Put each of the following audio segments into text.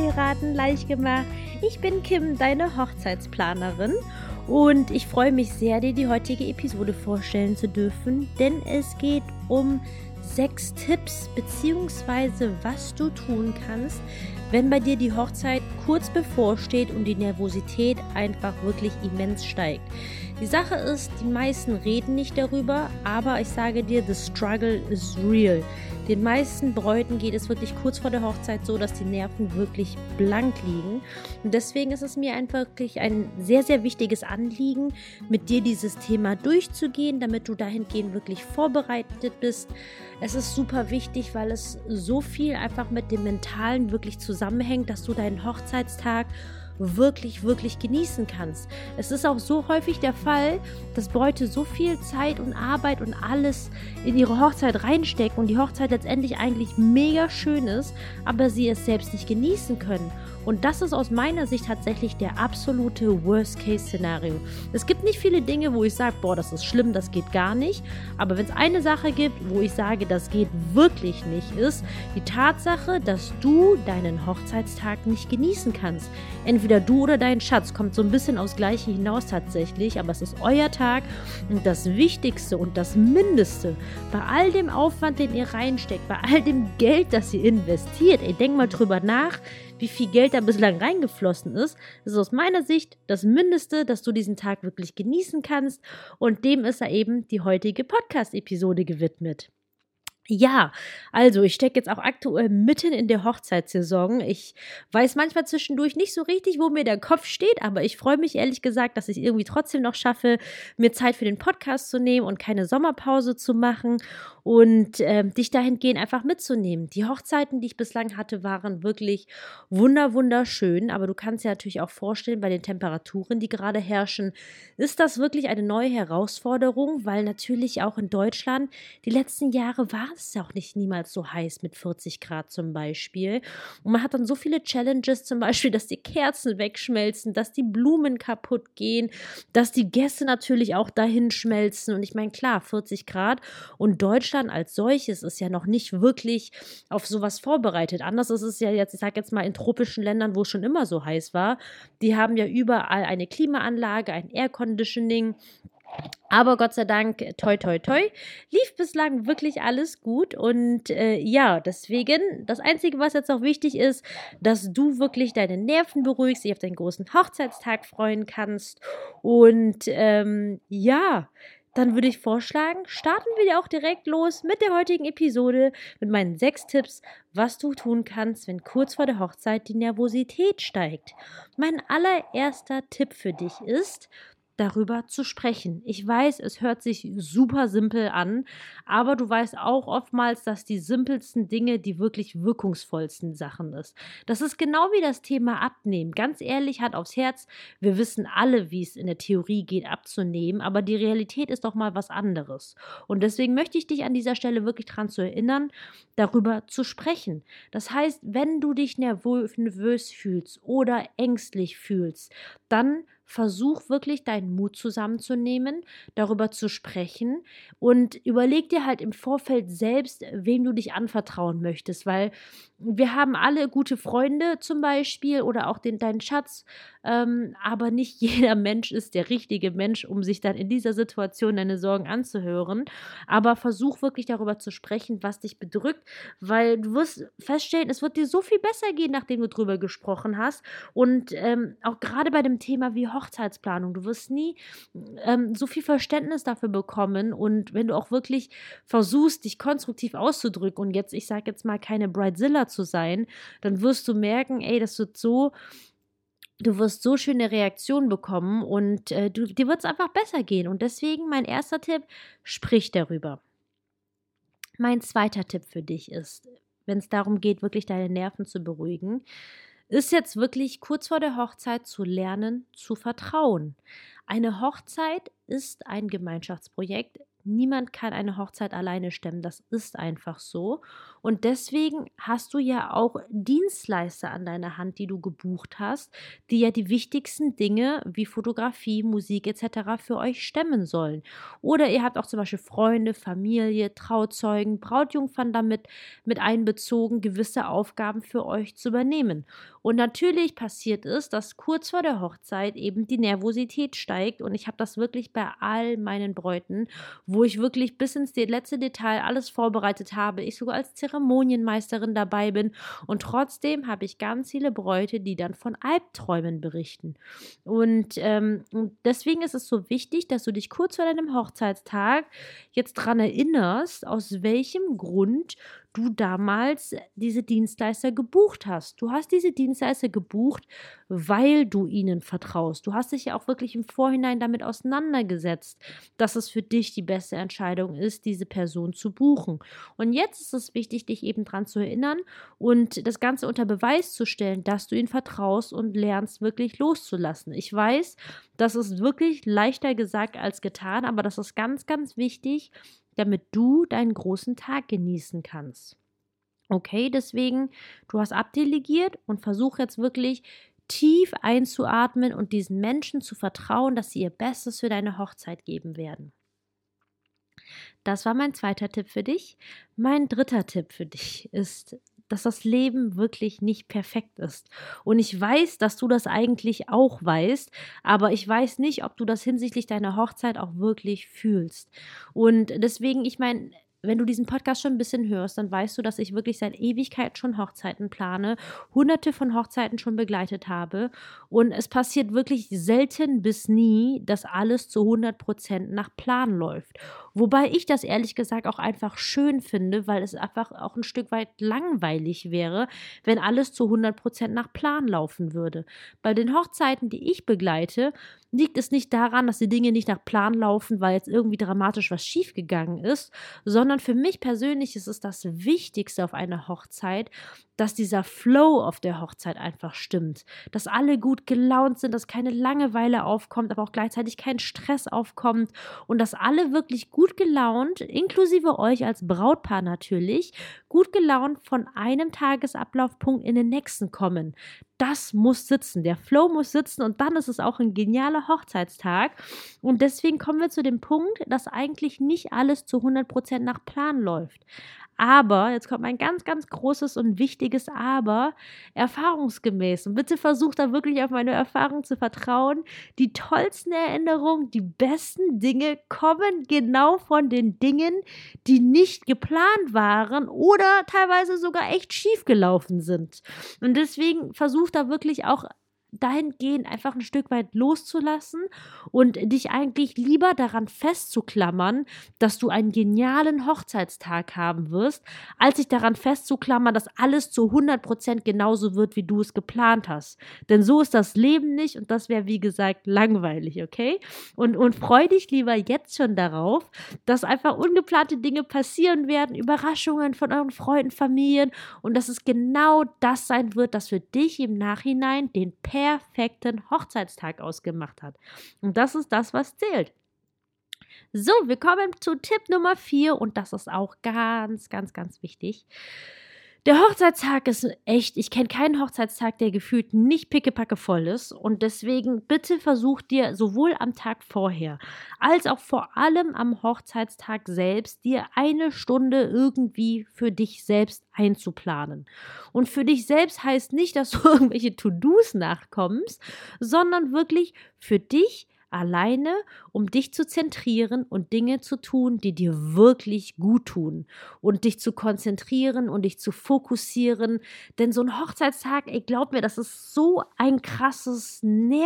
Heiraten leicht gemacht. Ich bin Kim, deine Hochzeitsplanerin, und ich freue mich sehr, dir die heutige Episode vorstellen zu dürfen, denn es geht um 6 Tipps bzw. was du tun kannst, wenn bei dir die Hochzeit kurz bevorsteht und die Nervosität einfach wirklich immens steigt. Die Sache ist, die meisten reden nicht darüber, aber ich sage dir, the struggle is real. Den meisten Bräuten geht es wirklich kurz vor der Hochzeit so, dass die Nerven wirklich blank liegen. Und deswegen ist es mir einfach wirklich ein sehr, sehr wichtiges Anliegen, mit dir dieses Thema durchzugehen, damit du dahingehend wirklich vorbereitet bist. Es ist super wichtig, weil es so viel einfach mit dem Mentalen wirklich zusammenhängt, dass du deinen Hochzeitstag wirklich, wirklich genießen kannst. Es ist auch so häufig der Fall, dass Bräute so viel Zeit und Arbeit und alles in ihre Hochzeit reinstecken und die Hochzeit letztendlich eigentlich mega schön ist, aber sie es selbst nicht genießen können. Und das ist aus meiner Sicht tatsächlich der absolute Worst-Case-Szenario. Es gibt nicht viele Dinge, wo ich sage, boah, das ist schlimm, das geht gar nicht. Aber wenn es eine Sache gibt, wo ich sage, das geht wirklich nicht, ist die Tatsache, dass du deinen Hochzeitstag nicht genießen kannst. Entweder du oder dein Schatz, kommt so ein bisschen aufs Gleiche hinaus tatsächlich, aber es ist euer Tag und das Wichtigste und das Mindeste bei all dem Aufwand, den ihr reinsteckt, bei all dem Geld, das ihr investiert, denk mal drüber nach, wie viel Geld da bislang reingeflossen ist. Das ist aus meiner Sicht das Mindeste, dass du diesen Tag wirklich genießen kannst, und dem ist er eben die heutige Podcast-Episode gewidmet. Ja, also ich stecke jetzt auch aktuell mitten in der Hochzeitssaison. Ich weiß manchmal zwischendurch nicht so richtig, wo mir der Kopf steht, aber ich freue mich ehrlich gesagt, dass ich irgendwie trotzdem noch schaffe, mir Zeit für den Podcast zu nehmen und keine Sommerpause zu machen und dich dahingehend einfach mitzunehmen. Die Hochzeiten, die ich bislang hatte, waren wirklich wunderschön, aber du kannst dir natürlich auch vorstellen, bei den Temperaturen, die gerade herrschen, ist das wirklich eine neue Herausforderung, weil natürlich auch in Deutschland die letzten Jahre war es ja auch nicht niemals so heiß mit 40 Grad zum Beispiel. Und man hat dann so viele Challenges, zum Beispiel, dass die Kerzen wegschmelzen, dass die Blumen kaputt gehen, dass die Gäste natürlich auch dahin schmelzen. Und ich meine, klar, 40 Grad und Deutschland als solches ist ja noch nicht wirklich auf sowas vorbereitet. Anders ist es ja jetzt, ich sage jetzt mal in tropischen Ländern, wo es schon immer so heiß war. Die haben ja überall eine Klimaanlage, ein Air Conditioning. Aber Gott sei Dank, toi, toi, toi, lief bislang wirklich alles gut. Und ja, deswegen, das Einzige, was jetzt noch wichtig ist, dass du wirklich deine Nerven beruhigst, dich auf deinen großen Hochzeitstag freuen kannst. Und ja, dann würde ich vorschlagen, starten wir auch direkt los mit der heutigen Episode, mit meinen 6 Tipps, was du tun kannst, wenn kurz vor der Hochzeit die Nervosität steigt. Mein allererster Tipp für dich ist, darüber zu sprechen. Ich weiß, es hört sich super simpel an, aber du weißt auch oftmals, dass die simpelsten Dinge die wirklich wirkungsvollsten Sachen ist. Das ist genau wie das Thema Abnehmen. Ganz ehrlich, Hand aufs Herz, wir wissen alle, wie es in der Theorie geht, abzunehmen, aber die Realität ist doch mal was anderes. Und deswegen möchte ich dich an dieser Stelle wirklich daran zu erinnern, darüber zu sprechen. Das heißt, wenn du dich nervös fühlst oder ängstlich fühlst, dann versuch wirklich deinen Mut zusammenzunehmen, darüber zu sprechen, und überleg dir halt im Vorfeld selbst, wem du dich anvertrauen möchtest, weil wir haben alle gute Freunde zum Beispiel oder auch deinen Schatz, aber nicht jeder Mensch ist der richtige Mensch, um sich dann in dieser Situation deine Sorgen anzuhören. Aber versuch wirklich darüber zu sprechen, was dich bedrückt, weil du wirst feststellen, es wird dir so viel besser gehen, nachdem du drüber gesprochen hast, und auch gerade bei dem Thema wie Hochzeitsplanung, du wirst nie so viel Verständnis dafür bekommen, und wenn du auch wirklich versuchst, dich konstruktiv auszudrücken und jetzt, ich sage jetzt mal, keine Bridezilla zu sein, dann wirst du merken, ey, du wirst so schöne Reaktionen bekommen, und dir wird es einfach besser gehen. Und deswegen mein erster Tipp, sprich darüber. Mein zweiter Tipp für dich ist, wenn es darum geht, wirklich deine Nerven zu beruhigen, ist jetzt wirklich kurz vor der Hochzeit zu lernen, zu vertrauen. Eine Hochzeit ist ein Gemeinschaftsprojekt. niemand kann eine Hochzeit alleine stemmen. Das ist einfach so. Und deswegen hast du ja auch Dienstleister an deiner Hand, die du gebucht hast, die ja die wichtigsten Dinge wie Fotografie, Musik etc. für euch stemmen sollen. Oder ihr habt auch zum Beispiel Freunde, Familie, Trauzeugen, Brautjungfern damit mit einbezogen, gewisse Aufgaben für euch zu übernehmen. Und natürlich passiert es, dass kurz vor der Hochzeit eben die Nervosität steigt und ich habe das wirklich bei all meinen Bräuten, wo ich wirklich bis ins letzte Detail alles vorbereitet habe, ich sogar als Zeremonienmeisterin dabei bin und trotzdem habe ich ganz viele Bräute, die dann von Albträumen berichten. Und deswegen ist es so wichtig, dass du dich kurz vor deinem Hochzeitstag jetzt daran erinnerst, aus welchem Grund du damals diese Dienstleister gebucht hast. Du hast diese Dienstleister gebucht, weil du ihnen vertraust. Du hast dich ja auch wirklich im Vorhinein damit auseinandergesetzt, dass es für dich die beste Entscheidung ist, diese Person zu buchen. Und jetzt ist es wichtig, dich eben daran zu erinnern und das Ganze unter Beweis zu stellen, dass du ihnen vertraust und lernst wirklich loszulassen. Ich weiß, das ist wirklich leichter gesagt als getan, aber das ist ganz, ganz wichtig, damit du deinen großen Tag genießen kannst. Okay, deswegen, du hast abdelegiert und versuch jetzt wirklich tief einzuatmen und diesen Menschen zu vertrauen, dass sie ihr Bestes für deine Hochzeit geben werden. Das war mein zweiter Tipp für dich. Mein dritter Tipp für dich ist, dass das Leben wirklich nicht perfekt ist. Und ich weiß, dass du das eigentlich auch weißt, aber ich weiß nicht, ob du das hinsichtlich deiner Hochzeit auch wirklich fühlst. Und deswegen, ich meine, wenn du diesen Podcast schon ein bisschen hörst, dann weißt du, dass ich wirklich seit Ewigkeit schon Hochzeiten plane, hunderte von Hochzeiten schon begleitet habe und es passiert wirklich selten bis nie, dass alles zu 100% nach Plan läuft. Wobei ich das ehrlich gesagt auch einfach schön finde, weil es einfach auch ein Stück weit langweilig wäre, wenn alles zu 100% nach Plan laufen würde. Bei den Hochzeiten, die ich begleite, liegt es nicht daran, dass die Dinge nicht nach Plan laufen, weil jetzt irgendwie dramatisch was schiefgegangen ist, sondern für mich persönlich ist es das Wichtigste auf einer Hochzeit, dass dieser Flow auf der Hochzeit einfach stimmt, dass alle gut gelaunt sind, dass keine Langeweile aufkommt, aber auch gleichzeitig kein Stress aufkommt und dass alle wirklich gut gelaunt, inklusive euch als Brautpaar natürlich, gut gelaunt von einem Tagesablaufpunkt in den nächsten kommen. Das muss sitzen, der Flow muss sitzen und dann ist es auch ein genialer Hochzeitstag und deswegen kommen wir zu dem Punkt, dass eigentlich nicht alles zu 100% nach Plan läuft. Aber, jetzt kommt ein ganz, ganz großes und wichtiges Aber, erfahrungsgemäß. Und bitte versucht da wirklich auf meine Erfahrung zu vertrauen. Die tollsten Erinnerungen, die besten Dinge kommen genau von den Dingen, die nicht geplant waren oder teilweise sogar echt schief gelaufen sind. Und deswegen versucht da wirklich auch dahingehend einfach ein Stück weit loszulassen und dich eigentlich lieber daran festzuklammern, dass du einen genialen Hochzeitstag haben wirst, als dich daran festzuklammern, dass alles zu 100% genauso wird, wie du es geplant hast. Denn so ist das Leben nicht und das wäre, wie gesagt, langweilig, okay? Und freu dich lieber jetzt schon darauf, dass einfach ungeplante Dinge passieren werden, Überraschungen von euren Freunden, Familien und dass es genau das sein wird, das für dich im Nachhinein den perfekten Hochzeitstag ausgemacht hat. Und das ist das, was zählt. So, wir kommen zu Tipp Nummer 4 und das ist auch ganz, ganz, ganz wichtig. Der Hochzeitstag ist echt, ich kenne keinen Hochzeitstag, der gefühlt nicht pickepacke voll ist und deswegen bitte versuch dir sowohl am Tag vorher als auch vor allem am Hochzeitstag selbst dir eine Stunde irgendwie für dich selbst einzuplanen. Und für dich selbst heißt nicht, dass du irgendwelche To-Dos nachkommst, sondern wirklich für dich alleine, um dich zu zentrieren und Dinge zu tun, die dir wirklich gut tun und dich zu konzentrieren und dich zu fokussieren, denn so ein Hochzeitstag, ey, glaub mir, das ist so ein krasses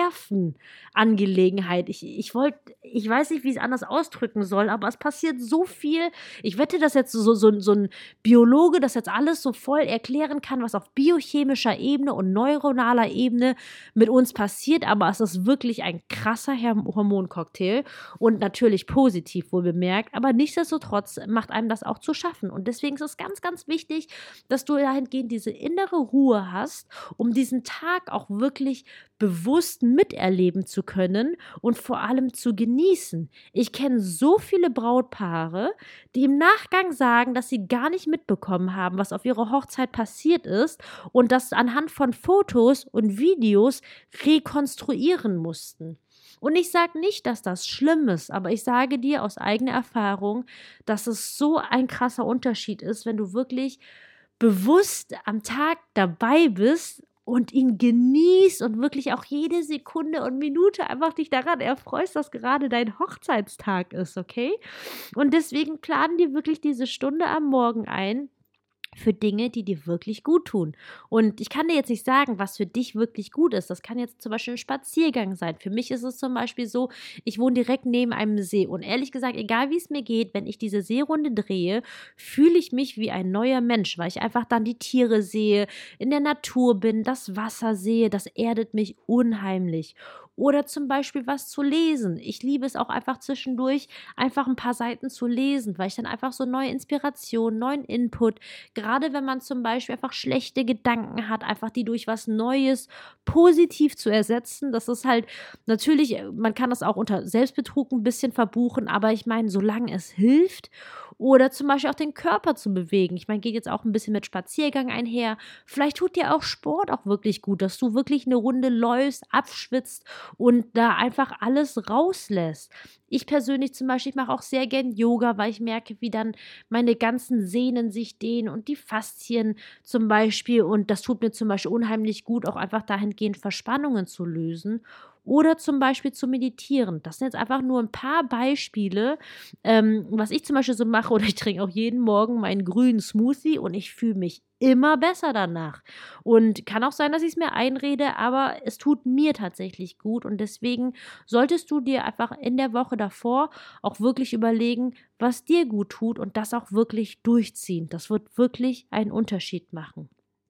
Nervenangelegenheit. Ich weiß nicht, wie ich es anders ausdrücken soll, aber es passiert so viel. Ich wette, dass jetzt so ein Biologe das jetzt alles so voll erklären kann, was auf biochemischer Ebene und neuronaler Ebene mit uns passiert, aber es ist wirklich ein krasser Hormoncocktail und natürlich positiv wohl bemerkt, aber nichtsdestotrotz macht einem das auch zu schaffen und deswegen ist es ganz, ganz wichtig, dass du dahingehend diese innere Ruhe hast, um diesen Tag auch wirklich bewusst miterleben zu können und vor allem zu genießen. Ich kenne so viele Brautpaare, die im Nachgang sagen, dass sie gar nicht mitbekommen haben, was auf ihrer Hochzeit passiert ist und das anhand von Fotos und Videos rekonstruieren mussten. Und ich sage nicht, dass das schlimm ist, aber ich sage dir aus eigener Erfahrung, dass es so ein krasser Unterschied ist, wenn du wirklich bewusst am Tag dabei bist und ihn genießt und wirklich auch jede Sekunde und Minute einfach dich daran erfreust, dass gerade dein Hochzeitstag ist, okay? Und deswegen planen dir wirklich diese Stunde am Morgen ein für Dinge, die dir wirklich gut tun. Und ich kann dir jetzt nicht sagen, was für dich wirklich gut ist. Das kann jetzt zum Beispiel ein Spaziergang sein. Für mich ist es zum Beispiel so, ich wohne direkt neben einem See. Und ehrlich gesagt, egal wie es mir geht, wenn ich diese Seerunde drehe, fühle ich mich wie ein neuer Mensch, weil ich einfach dann die Tiere sehe, in der Natur bin, das Wasser sehe, das erdet mich unheimlich. Oder zum Beispiel was zu lesen. Ich liebe es auch einfach zwischendurch, einfach ein paar Seiten zu lesen, weil ich dann einfach so neue Inspiration, neuen Input, gerade wenn man zum Beispiel einfach schlechte Gedanken hat, einfach die durch was Neues positiv zu ersetzen. Das ist halt natürlich, man kann das auch unter Selbstbetrug ein bisschen verbuchen, aber ich meine, solange es hilft oder zum Beispiel auch den Körper zu bewegen. Ich meine, geht jetzt auch ein bisschen mit Spaziergang einher. Vielleicht tut dir auch Sport auch wirklich gut, dass du wirklich eine Runde läufst, abschwitzt und da einfach alles rauslässt. Ich persönlich zum Beispiel, ich mache auch sehr gern Yoga, weil ich merke, wie dann meine ganzen Sehnen sich dehnen und die Faszien zum Beispiel. Und das tut mir zum Beispiel unheimlich gut, auch einfach dahingehend Verspannungen zu lösen. Oder zum Beispiel zu meditieren. Das sind jetzt einfach nur ein paar Beispiele, was ich zum Beispiel so mache. Oder ich trinke auch jeden Morgen meinen grünen Smoothie und ich fühle mich immer besser danach. Und kann auch sein, dass ich es mir einrede, aber es tut mir tatsächlich gut. Und deswegen solltest du dir einfach in der Woche davor auch wirklich überlegen, was dir gut tut und das auch wirklich durchziehen. Das wird wirklich einen Unterschied machen.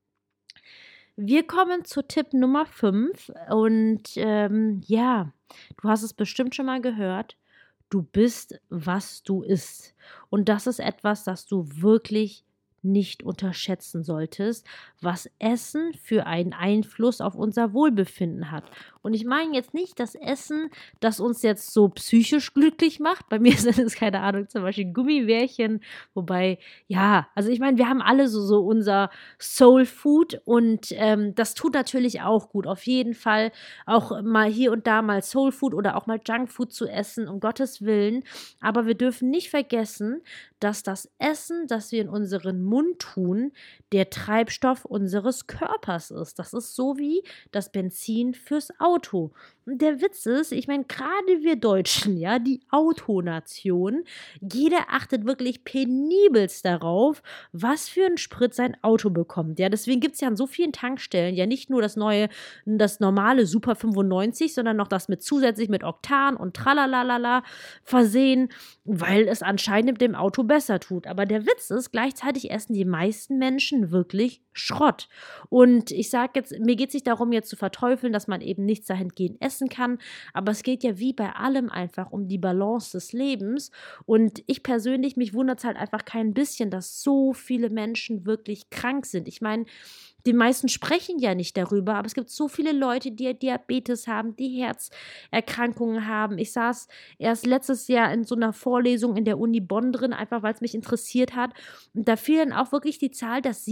Wir kommen zu Tipp Nummer 5 und ja, du hast es bestimmt schon mal gehört, du bist, was du isst. Und das ist etwas, das du wirklich nicht unterschätzen solltest, was Essen für einen Einfluss auf unser Wohlbefinden hat. Und ich meine jetzt nicht das Essen, das uns jetzt so psychisch glücklich macht. Bei mir sind es, keine Ahnung, zum Beispiel Gummibärchen. Wobei, ja, also ich meine, wir haben alle so unser Soul Food und das tut natürlich auch gut. Auf jeden Fall auch mal hier und da mal Soul Food oder auch mal Junk Food zu essen, um Gottes Willen. Aber wir dürfen nicht vergessen, dass das Essen, das wir in unseren Mund tun, der Treibstoff unseres Körpers ist. Das ist so wie das Benzin fürs Auto. Und der Witz ist, ich meine, gerade wir Deutschen, ja, die Autonation, jeder achtet wirklich penibelst darauf, was für einen Sprit sein Auto bekommt. Ja, deswegen gibt es ja an so vielen Tankstellen ja nicht nur das normale Super 95, sondern noch das zusätzlich mit Oktan und Tralalala versehen, weil es anscheinend dem Auto besser tut. Aber der Witz ist, gleichzeitig essen die meisten Menschen wirklich Schrott. Und ich sage jetzt, mir geht es nicht darum, jetzt zu verteufeln, dass man eben nichts dahingehend essen kann, aber es geht ja wie bei allem einfach um die Balance des Lebens. Und ich persönlich, mich wundert es halt einfach kein bisschen, dass so viele Menschen wirklich krank sind. Ich meine, die meisten sprechen ja nicht darüber, aber es gibt so viele Leute, die Diabetes haben, die Herzerkrankungen haben. Ich saß erst letztes Jahr in so einer Vorlesung in der Uni Bonn drin, einfach weil es mich interessiert hat. Und da fiel dann auch wirklich die Zahl, dass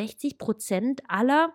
67% aller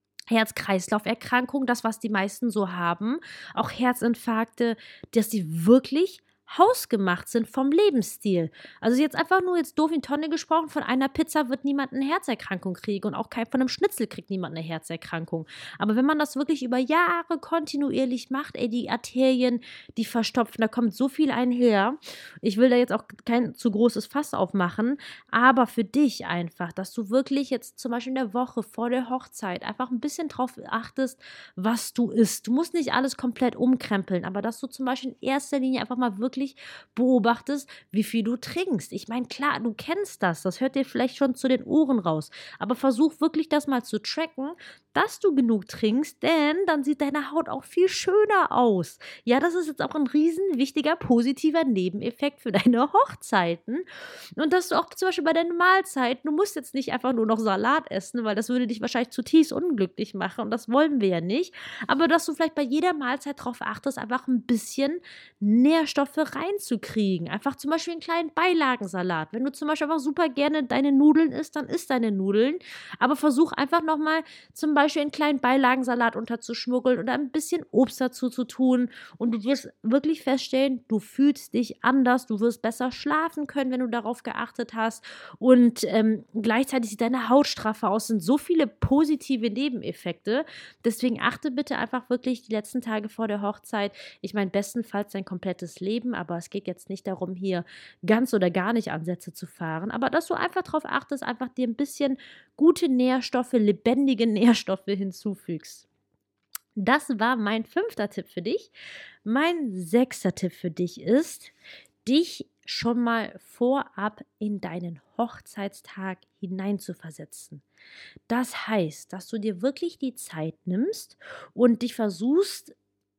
Herz-Kreislauf-Erkrankungen, das, was die meisten so haben, auch Herzinfarkte, dass die wirklich hausgemacht sind vom Lebensstil. Also jetzt einfach nur jetzt doof in Tonne gesprochen, von einer Pizza wird niemand eine Herzerkrankung kriegen und auch von einem Schnitzel kriegt niemand eine Herzerkrankung. Aber wenn man das wirklich über Jahre kontinuierlich macht, die Arterien, die verstopfen, da kommt so viel einher. Ich will da jetzt auch kein zu großes Fass aufmachen, aber für dich einfach, dass du wirklich jetzt zum Beispiel in der Woche vor der Hochzeit einfach ein bisschen drauf achtest, was du isst. Du musst nicht alles komplett umkrempeln, aber dass du zum Beispiel in erster Linie einfach mal wirklich wirklich beobachtest, wie viel du trinkst. Ich meine, klar, du kennst das hört dir vielleicht schon zu den Ohren raus, aber versuch wirklich das mal zu tracken, dass du genug trinkst, denn dann sieht deine Haut auch viel schöner aus. Ja, das ist jetzt auch ein riesen wichtiger positiver Nebeneffekt für deine Hochzeiten und dass du auch zum Beispiel bei deinen Mahlzeiten, du musst jetzt nicht einfach nur noch Salat essen, weil das würde dich wahrscheinlich zutiefst unglücklich machen und das wollen wir ja nicht, aber dass du vielleicht bei jeder Mahlzeit darauf achtest, einfach ein bisschen Nährstoffe reinzukriegen. Einfach zum Beispiel einen kleinen Beilagensalat. Wenn du zum Beispiel einfach super gerne deine Nudeln isst, dann isst deine Nudeln, aber versuch einfach nochmal zum Beispiel einen kleinen Beilagensalat unterzuschmuggeln oder ein bisschen Obst dazu zu tun und du wirst wirklich feststellen, du fühlst dich anders, du wirst besser schlafen können, wenn du darauf geachtet hast und gleichzeitig sieht deine Haut straffer aus, sind so viele positive Nebeneffekte, deswegen achte bitte einfach wirklich die letzten Tage vor der Hochzeit, ich meine bestenfalls dein komplettes Leben, aber es geht jetzt nicht darum, hier ganz oder gar nicht Ansätze zu fahren, aber dass du einfach darauf achtest, einfach dir ein bisschen gute Nährstoffe, lebendige Nährstoffe hinzufügst. Das war mein 5. Tipp für dich. Mein 6. Tipp für dich ist, dich schon mal vorab in deinen Hochzeitstag hineinzuversetzen. Das heißt, dass du dir wirklich die Zeit nimmst und dich versuchst,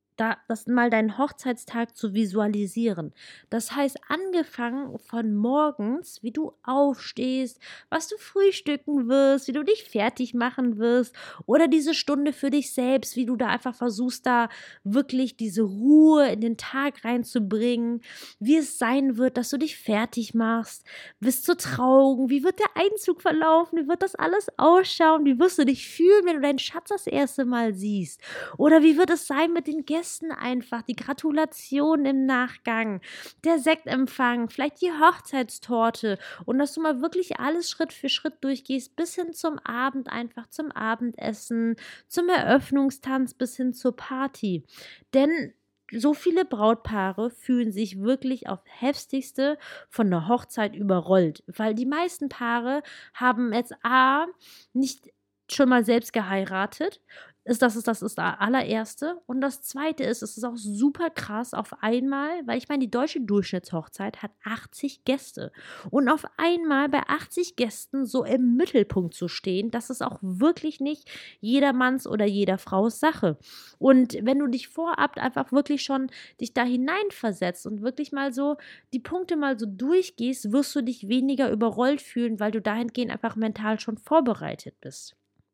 das mal deinen Hochzeitstag zu visualisieren. Das heißt, angefangen von morgens, wie du aufstehst, was du frühstücken wirst, wie du dich fertig machen wirst oder diese Stunde für dich selbst, wie du da einfach versuchst, da wirklich diese Ruhe in den Tag reinzubringen, wie es sein wird, dass du dich fertig machst, bis zur Trauung, wie wird der Einzug verlaufen, wie wird das alles ausschauen, wie wirst du dich fühlen, wenn du deinen Schatz das erste Mal siehst oder wie wird es sein mit den Gästen einfach, die Gratulation im Nachgang, der Sektempfang, vielleicht die Hochzeitstorte und dass du mal wirklich alles Schritt für Schritt durchgehst, bis hin zum Abend, einfach zum Abendessen, zum Eröffnungstanz bis hin zur Party. Denn so viele Brautpaare fühlen sich wirklich auf heftigste von der Hochzeit überrollt, weil die meisten Paare haben jetzt nicht schon mal selbst geheiratet. Das ist das allererste. Und das zweite ist, es ist auch super krass auf einmal, weil ich meine, die deutsche Durchschnittshochzeit hat 80 Gäste. Und auf einmal bei 80 Gästen so im Mittelpunkt zu stehen, das ist auch wirklich nicht jedermanns oder jeder Fraus Sache. Und wenn du dich vorab einfach wirklich schon dich da hineinversetzt und wirklich mal so die Punkte mal so durchgehst, wirst du dich weniger überrollt fühlen, weil du dahingehend einfach mental schon vorbereitet bist.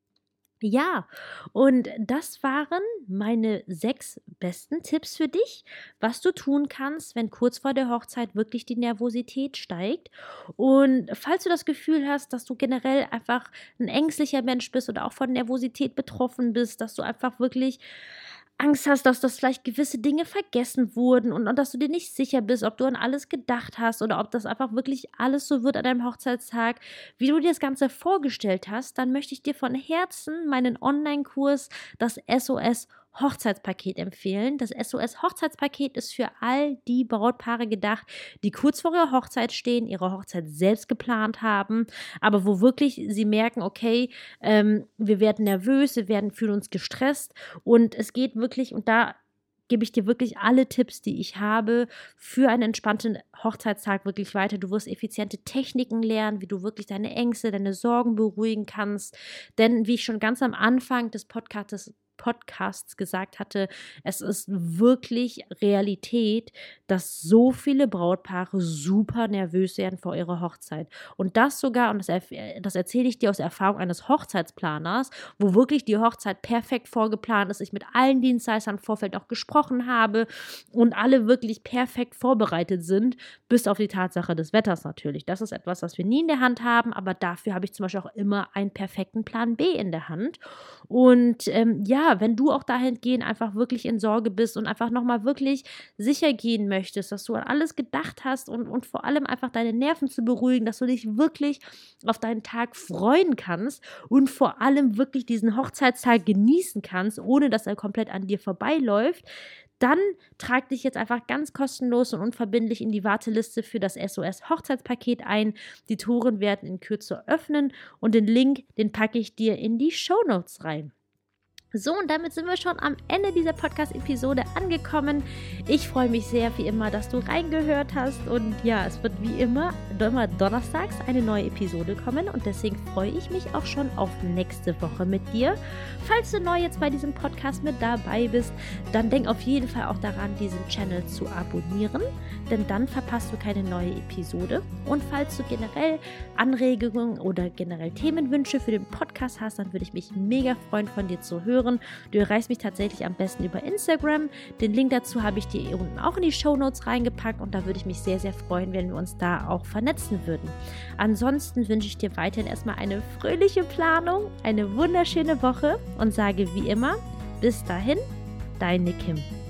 Ja, und das waren meine 6 besten Tipps für dich, was du tun kannst, wenn kurz vor der Hochzeit wirklich die Nervosität steigt. Und falls du das Gefühl hast, dass du generell einfach ein ängstlicher Mensch bist oder auch von Nervosität betroffen bist, dass du einfach wirklich Angst hast, dass das vielleicht gewisse Dinge vergessen wurden und dass du dir nicht sicher bist, ob du an alles gedacht hast oder ob das einfach wirklich alles so wird an deinem Hochzeitstag, wie du dir das Ganze vorgestellt hast, dann möchte ich dir von Herzen meinen Online-Kurs, das SOS Hochzeitspaket empfehlen. Das SOS Hochzeitspaket ist für all die Brautpaare gedacht, die kurz vor ihrer Hochzeit stehen, ihre Hochzeit selbst geplant haben, aber wo wirklich sie merken, okay, wir werden nervös, fühlen uns gestresst und es geht wirklich, und da gebe ich dir wirklich alle Tipps, die ich habe, für einen entspannten Hochzeitstag wirklich weiter. Du wirst effiziente Techniken lernen, wie du wirklich deine Ängste, deine Sorgen beruhigen kannst. Denn wie ich schon ganz am Anfang des Podcasts gesagt hatte, es ist wirklich Realität, dass so viele Brautpaare super nervös werden vor ihrer Hochzeit. Und das sogar, und das erzähle ich dir aus der Erfahrung eines Hochzeitsplaners, wo wirklich die Hochzeit perfekt vorgeplant ist, ich mit allen Dienstleistern im Vorfeld auch gesprochen habe und alle wirklich perfekt vorbereitet sind, bis auf die Tatsache des Wetters natürlich. Das ist etwas, was wir nie in der Hand haben, aber dafür habe ich zum Beispiel auch immer einen perfekten Plan B in der Hand. Und wenn du auch dahingehend einfach wirklich in Sorge bist und einfach nochmal wirklich sicher gehen möchtest, dass du an alles gedacht hast und vor allem einfach deine Nerven zu beruhigen, dass du dich wirklich auf deinen Tag freuen kannst und vor allem wirklich diesen Hochzeitstag genießen kannst, ohne dass er komplett an dir vorbeiläuft, dann trag dich jetzt einfach ganz kostenlos und unverbindlich in die Warteliste für das SOS Hochzeitspaket ein. Die Toren werden in Kürze öffnen und den Link, den packe ich dir in die Shownotes rein. So, und damit sind wir schon am Ende dieser Podcast-Episode angekommen. Ich freue mich sehr, wie immer, dass du reingehört hast. Und ja, es wird wie immer donnerstags eine neue Episode kommen. Und deswegen freue ich mich auch schon auf nächste Woche mit dir. Falls du neu jetzt bei diesem Podcast mit dabei bist, dann denk auf jeden Fall auch daran, diesen Channel zu abonnieren. Denn dann verpasst du keine neue Episode. Und falls du generell Anregungen oder generell Themenwünsche für den Podcast hast, dann würde ich mich mega freuen, von dir zu hören. Du erreichst mich tatsächlich am besten über Instagram. Den Link dazu habe ich dir hier unten auch in die Shownotes reingepackt und da würde ich mich sehr, sehr freuen, wenn wir uns da auch vernetzen würden. Ansonsten wünsche ich dir weiterhin erstmal eine fröhliche Planung, eine wunderschöne Woche und sage wie immer, bis dahin, deine Kim.